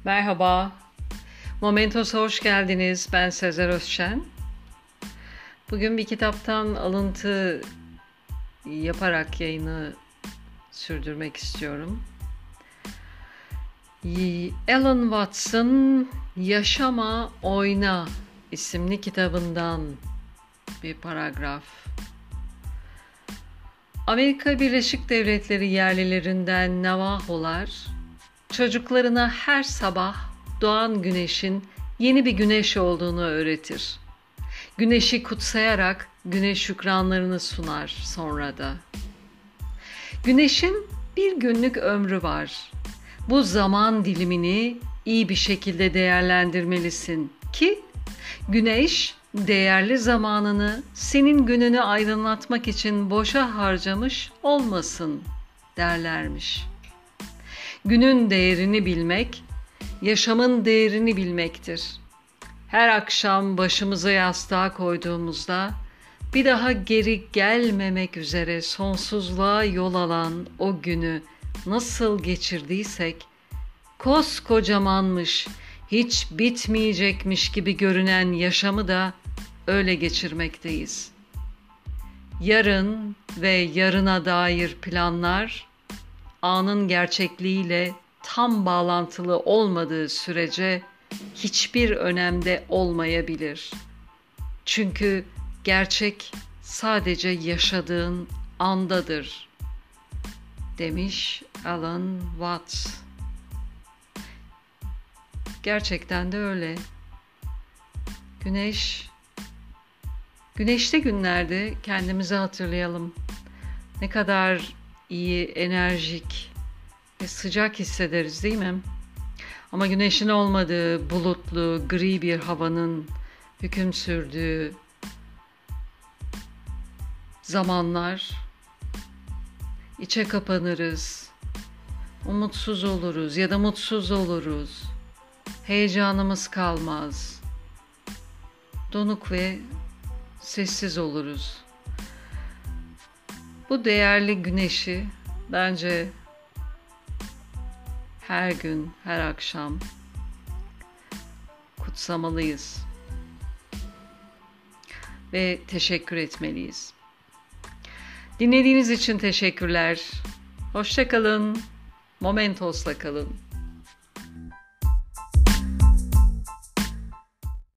Merhaba, Momentos'a hoş geldiniz. Ben Sezer Özşen. Bugün bir kitaptan alıntı yaparak yayını sürdürmek istiyorum. Alan Watts'ın Yaşama Oyna isimli kitabından bir paragraf. Amerika Birleşik Devletleri yerlilerinden Navajolar çocuklarına her sabah doğan güneşin yeni bir güneş olduğunu öğretir. Güneşi kutsayarak güneş şükranlarını sunar sonra da. Güneşin bir günlük ömrü var. Bu zaman dilimini iyi bir şekilde değerlendirmelisin ki güneş değerli zamanını senin gününü aydınlatmak için boşa harcamış olmasın derlermiş. Günün değerini bilmek, yaşamın değerini bilmektir. Her akşam başımıza yastığa koyduğumuzda bir daha geri gelmemek üzere sonsuzluğa yol alan o günü nasıl geçirdiysek, koskocamanmış, hiç bitmeyecekmiş gibi görünen yaşamı da öyle geçirmekteyiz. Yarın ve yarına dair planlar, anın gerçekliğiyle tam bağlantılı olmadığı sürece hiçbir önemde olmayabilir. Çünkü gerçek sadece yaşadığın andadır, demiş Alan Watts. Gerçekten de öyle. Güneşli günlerde kendimizi hatırlayalım. Ne kadar iyi, enerjik ve sıcak hissederiz, değil mi? Ama güneşin olmadığı, bulutlu, gri bir havanın hüküm sürdüğü zamanlar içe kapanırız, umutsuz oluruz ya da mutsuz oluruz. Heyecanımız kalmaz. Donuk ve sessiz oluruz. Bu değerli güneşi bence her gün, her akşam kutsamalıyız ve teşekkür etmeliyiz. Dinlediğiniz için teşekkürler. Hoşça kalın. Momentos'la kalın.